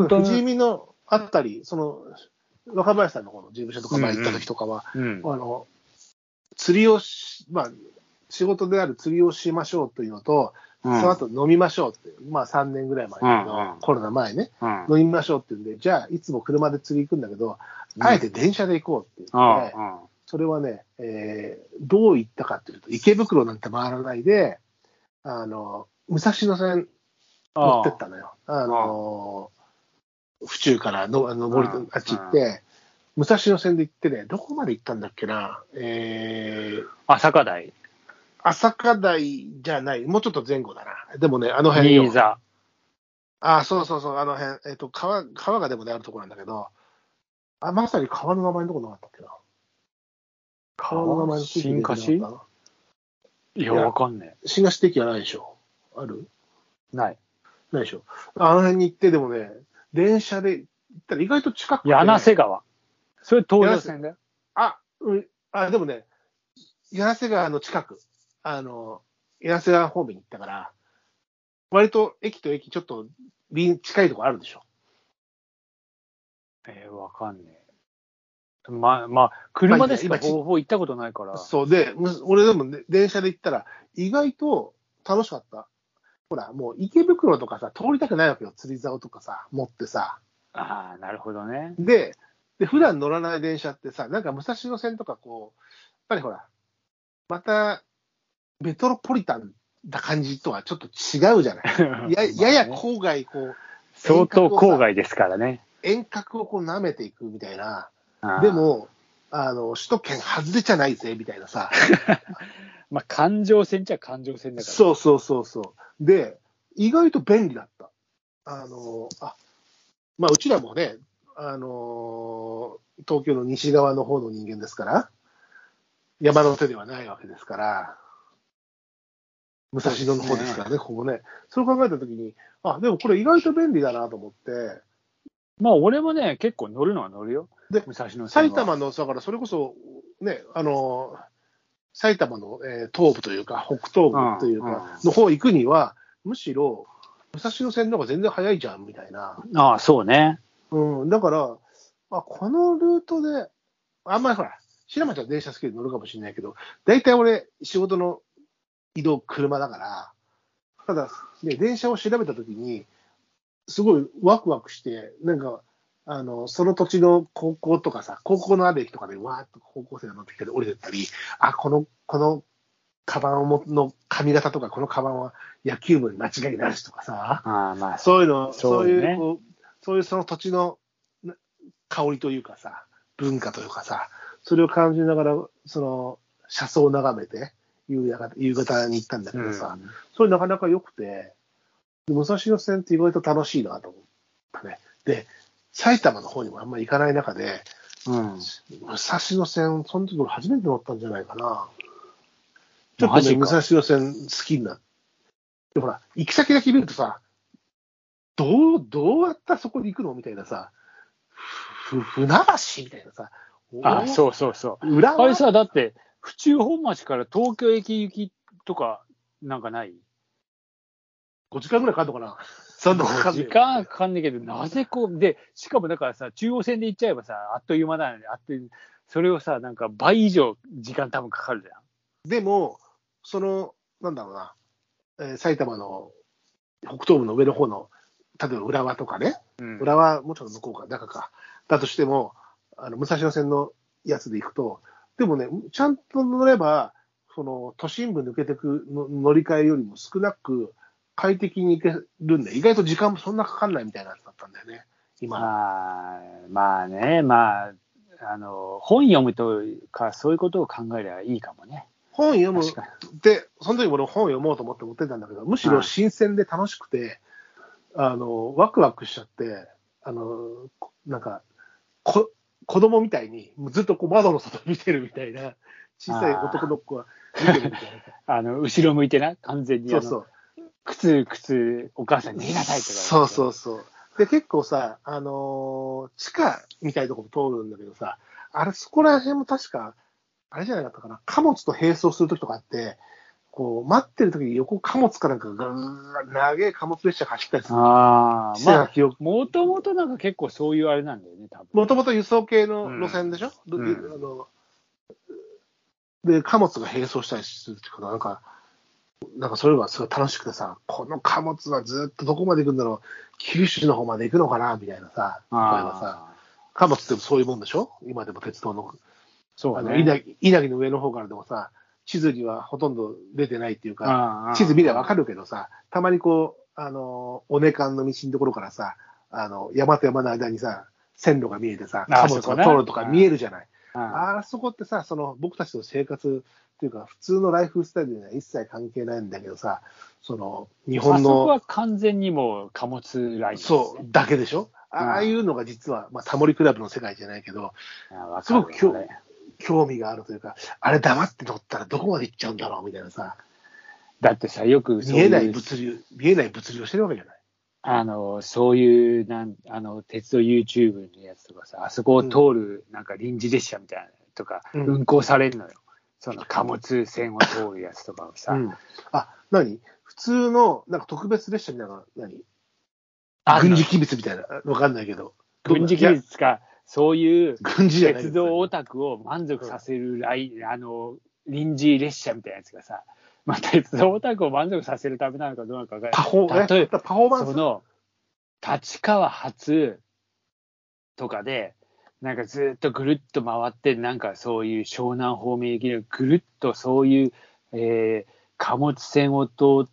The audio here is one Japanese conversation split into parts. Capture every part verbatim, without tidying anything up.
分富士見のあったり、その、若林さんの方の事務所とか前行った時とかは、うんうん、あの、釣りをし、まあ、仕事である釣りをしましょうというのと、うん、その後飲みましょうって、まあさんねんぐらい前だけど、うんうん、コロナ前ね、うん、飲みましょうって言うんで、じゃあいつも車で釣り行くんだけど、うん、あえて電車で行こうって言って、うんうん、それはね、えー、どう行ったかっていうと、池袋なんて回らないで、あの、武蔵野線乗ってったのよ。あの、府中からの登り、あっち行って、武蔵野線で行ってね、どこまで行ったんだっけな、えー、 朝霞台。 朝霞台じゃない、もうちょっと前後だな。でもね、あの辺よ。 新座。 あ、そうそうそう、あの辺、えっと、川、川がでもね、あるところなんだけど、あ、まさに川の名前のところなかったっけな。川の名前のついてる新河岸？いや、わかんねえ。新河岸的はないでしょ。ある？ ない。 ないでしょ。あの辺に行ってでもね、電車で行ったら意外と近くて。 柳瀬川。それ東上線だよ。 あ、うん、あ、でもね、柳瀬川の近く、あの、柳瀬川方面に行ったから、割と駅と駅ちょっと近いところあるでしょ。 えー、わかんねえ。まあ、まあ、車でしか方法行ったことないから。 そうで、俺でも、ね、電車で行ったら、意外と楽しかった。ほら、もう池袋とかさ、通りたくないわけよ。釣り竿とかさ、持ってさ。 ああ、なるほどね。 で、で、普段乗らない電車ってさ、なんか武蔵野線とかこう、やっぱりほら、また、メトロポリタンな感じとはちょっと違うじゃない。や, やや郊外、こう、 相当郊外ですからね。 遠隔をこう舐めていくみたいな。でも、あの、首都圏外れちゃないぜ、みたいなさ。 まあ、環状線っちゃ環状線だから。 そうそうそうそう。で、意外と便利だった。あの、あ、まあ、うちらもね、あの、東京の西側の方の人間ですから、山の手ではないわけですから、武蔵野の方ですからね、ここね。そう考えたときに、あ、でもこれ意外と便利だなと思って。 まあ、俺もね、結構乗るのは乗るよ。 で、 武蔵野線は。 埼玉の、だからそれこそ、ね、あの、埼玉の、えー、東部というか、北東部というか、の方行くには、うんうん、むしろ、武蔵野線の方が全然早いじゃん、みたいな。 ああ、そうね。 うん、だから、あ、このルートで、あんまりほら、白町は電車好きで乗るかもしれないけど、大体俺、仕事の移動、車だから、ただ、ね、電車を調べたときに、すごいワクワクして、なんか、あの、その土地の高校とかさ、高校のある駅とかでわーっと高校生が乗ってきたり降りてったり、あ、この、この、カバンをもの髪型とか、このカバンは野球部に間違いなしとかさ、 あまあ、 そういうの、 そういう、 ね、そういう、こう、そういうその土地の香りというかさ、文化というかさ、それを感じながら、その、車窓を眺めて、夕方、夕方に行ったんだけどさ、うん、それなかなか良くて、武蔵野線って意外と楽しいなと思ったね。で、埼玉の方にもあんまり行かない中で、うん、武蔵野線、その時俺初めて乗ったんじゃないかな。ちょっとね、武蔵野線好きになって。で、ほら、行き先だけ見るとさ、どう、どうやったらそこに行くのみたいなさ、ふ、船橋みたいなさ。 あ、そうそうそう。裏あれさ、だって、府中本町から東京駅行きとか、なんかないごじかんぐらいかかるのかなそんなかかんない。ごじかんかかんないけど、なぜこう、で、しかもだからさ、中央線で行っちゃえばさ、あっという間だよね。あっという、それをさ、なんか倍以上時間多分かかるじゃん。 でも、その、なんだろうな、えー、埼玉の北東部の上の方の、例えば浦和とかね、うん、浦和もうちょっと向こうか、中か、だとしても、あの、武蔵野線のやつで行くと、でもね、ちゃんと乗れば、その、都心部抜けてくの乗り換えよりも少なく、快適に行けるんで、意外と時間もそんなかかんないみたいなやつだったんだよね、今。 まあ、まあね、まあ、あの、本読むとか、そういうことを考えればいいかもね。 本読むで、その時俺本読もうと思って持ってたんだけど、むしろ新鮮で楽しくて、あの、ワクワクしちゃって、あの、なんか、こ、子供みたいに、ずっとこう窓の外見てるみたいな、小さい男の子が見てるみたいな。あの、後ろ向いてな、完全に。 そうそう。 靴、靴、お母さんに脱ぎなさいとか。 そうそうそう。で、結構さ、あのー、地下みたいなところ通るんだけどさ、あれ、そこら辺も確か、あれじゃなかったかな、貨物と並走するときとかあって、 こう、待ってる時に横貨物かなんかが、長い貨物列車が走ったりする。 ああ、まあ、もともとなんか結構そういうあれなんだよね、多分。 もともと輸送系の路線でしょ、うんうん、あので、貨物が並走したりするってことは、なんか、なんかそれがすごい楽しくてさ、この貨物はずっとどこまで行くんだろう、九州の方まで行くのかなみたいなさ、例えばさ、貨物ってそういうもんでしょ今でも鉄道の。そうね。あの稲城、稲城の上の方からでもさ、地図にはほとんど出てないっていうか、地図見ればわかるけどさ、たまにこう、あの、おねかんの道のところからさ、あの、山と山の間にさ、線路が見えてさ、貨物が通るとか見えるじゃない。あ, あそこってさ、その僕たちの生活っていうか、普通のライフスタイルには一切関係ないんだけどさ、その日本の。あそこは完全にもう貨物ライフ、ね、 そう、だけでしょ。ああいうのが実は、まあ、タモリクラブの世界じゃないけど、すごく興味、興味があるというか、あれ黙って乗ったらどこまで行っちゃうんだろうみたいなさ。 だってさ、よくそういう見えない物流、見えない物流をしてるわけじゃない。 あの、そういう、なん、あの、鉄道 YouTube のやつとかさ、あそこを通る、なんか臨時列車みたいなとか、うん、運行されるのよ。その貨物線を通るやつとかをさ。うん、 あ、何普通の、なんか特別列車みたいな、何軍事機密みたいな、わかんないけど。 軍事機密か、そういう鉄道オタクを満足させるライ、うん、あの、臨時列車みたいなやつがさ、まあ、鉄道オタクを満足させるためなのかどうなのか分からない。例えば、パフォーマンスその、立川発とかで、なんかずっとぐるっと回って、なんかそういう湘南方面行きのぐるっとそういう、えー、貨物線を通って、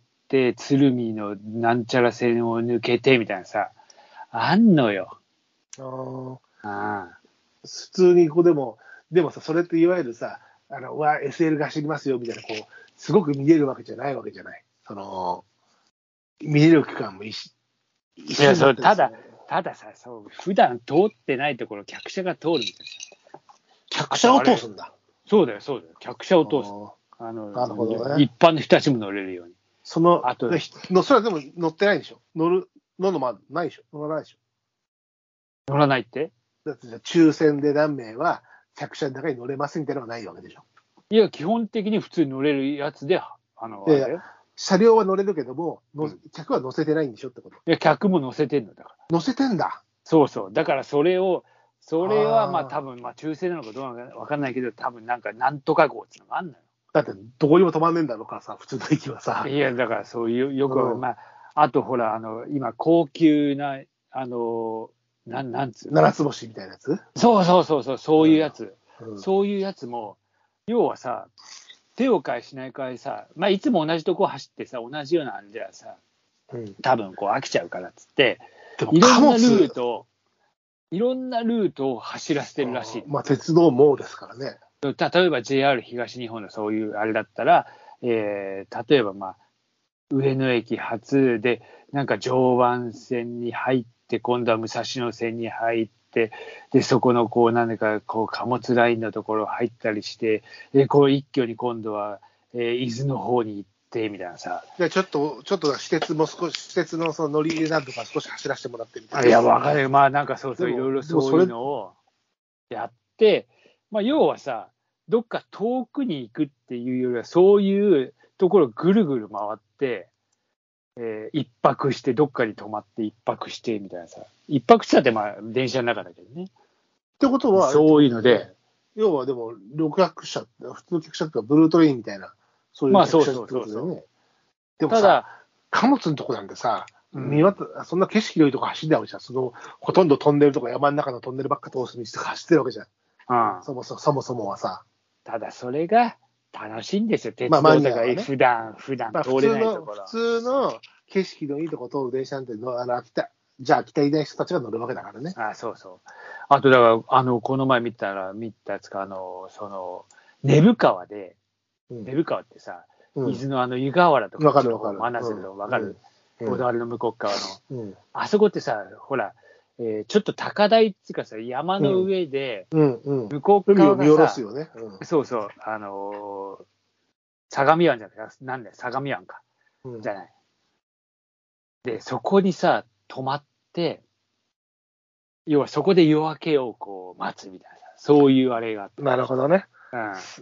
鶴見のなんちゃら線を抜けてみたいなさ、あんのよ。 ああ。普通にここでも、でもさ、それっていわゆるさ、あの、わ、エスエル が走りますよみたいな、こう、すごく見えるわけじゃないわけじゃない。その、見える区間も一緒。 いや、そう、ただ、たださ、そう、普段通ってないところ、客車が通るみたいな。 客車を通すんだ。 そうだよ、そうだよ。客車を通す。あの、なるほどね。一般の人たちも乗れるように。 その、あと、の、それはでも乗ってないでしょ。乗る、乗るのもないでしょ。乗らないでしょ。 乗らないって？ だって抽選で何名は客車の中に乗れますみたいなのがないわけでしょ。 いや、基本的に普通に乗れるやつで、あの、あれ車両は乗れるけども、うん、客は乗せてないんでしょってこと。いや、客も乗せてんのだから。 乗せてんだ。 そうそう。だからそれを、それはまあ多分、まあ抽選なのかどうなのかわかんないけど、多分なんかなんとか号っていうのがあんのよ。 だってどこにも止まんねえんだろうからさ、普通の駅はさ。 いや、だからそういう、よく、うん、まあ、あとほら、あの、今高級な、あの、なん、なんつうの。 七つ星みたいなやつ？ そうそうそうそう、そういうやつ。うん、そういうやつも、要はさ、手を変えしない変えさ、まあ、いつも同じとこ走ってさ、同じようなあれではさ、うん、多分こう飽きちゃうからっつって、いろんなルート、いろんなルートを走らせてるらしい。 まあ、鉄道網ですからね。 例えば ジェイアール 東日本のそういうあれだったら、えー、例えばまあ、上野駅発で、なんか常磐線に入って、今度は武蔵野線に入って、で、そこのこう、何かこう、貨物ラインのところ入ったりして、で、こう一挙に今度は、えー、伊豆の方に行って、みたいなさ。 で、ちょっと、ちょっと私鉄も少し、私鉄のその乗り入れなんとか少し走らせてもらってみたいな。 いや、わかる。まあなんかそうそう、いろいろそういうのをやって、まあ要はさ、どっか遠くに行くっていうよりは、そういうところをぐるぐる回って、えー、一泊して、どっかに泊まって一泊して、みたいなさ。一泊したってまあ電車の中だけどね。 ってことは、 そういうので。 要はでも、旅客車、普通の客車っていうか、ブルートレインみたいな、そういう客車ってことだよね。でもさ、ただ貨物のとこなんてさ、うん、見渡そんな景色のいいとこ走ってるわけじゃん。その、ほとんどトンネルとか山の中のトンネルばっか通す道とか走ってるわけじゃん。うん、そもそも、そもそもはさ。 ただそれが楽しいんですよ、鉄道とか、まあね、普段、普段通れないところ。 まあ、普通の、普通の景色のいいとこ通る電車なんての、あの、秋田、じゃあ、北いない人たちが乗るわけだからね。 ああ、そうそう。あと、だから、あの、この前見たら、見たやつか、あの、その、根府川で、根府川ってさ、うん、伊豆のあの湯河原とか、 わかるわかる。 真鶴のわかる、小田原の向こう側の、うん。あそこってさ、ほら、えー、ちょっと高台っていうかさ、山の上で、向こう側がさ、 海を見下ろすよね。 うん、そうそう、あのー、相模湾じゃないか、なんだよ、相模湾か、うん、じゃない。で、そこにさ、泊まって、要はそこで夜明けをこう待つみたいな、そういうあれがあって。 なるほどね。 うん。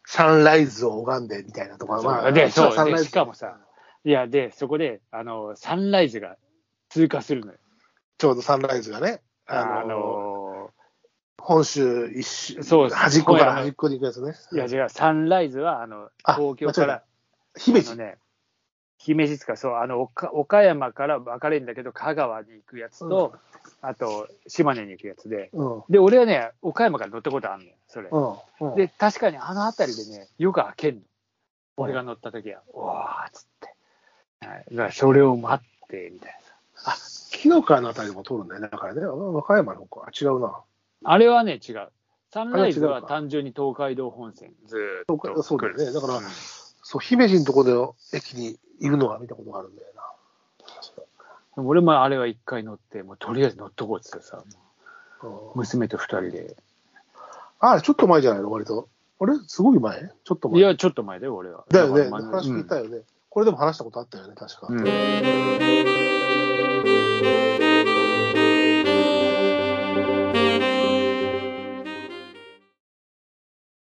サンライズを拝んでみたいなとか、まあ、 で、そう、サンライズしかもさ、いや、で、そこで、あの、サンライズが通過するのよ。 ちょうどサンライズがね、あのー、あのー、本州一周、そう端っこから端っこに行くやつね。 いや、違う、サンライズは、あの、東京から、 姫路。 ね、姫路か、そう、あの、岡、岡山から分かれるんだけど、香川に行くやつと、うん、あと、島根に行くやつで、うん、で、俺はね、岡山から乗ったことあるのよ、それ。うんうん、で、確かにあの辺りでね、夜が明けんの。俺が乗った時は、おーっつって。はい、だからそれを待って、みたいな。あ、紀の川の辺りも通るんだよね、だからね。和歌山の方か。違うな。 あれはね、違う。サンライズは単純に東海道本線、ずーっと。 そうだよね。だから、うん、そう、姫路のところで駅にいるのは見たことがあるんだよな。 俺もあれは一回乗って、もうとりあえず乗っとこうって言ってさ、娘と二人で。 あ、ちょっと前じゃないの、割と。あれすごい前ちょっと前。 いや、ちょっと前だよ、俺は。 だよね。話聞いたよね、うん。これでも話したことあったよね、確か。うん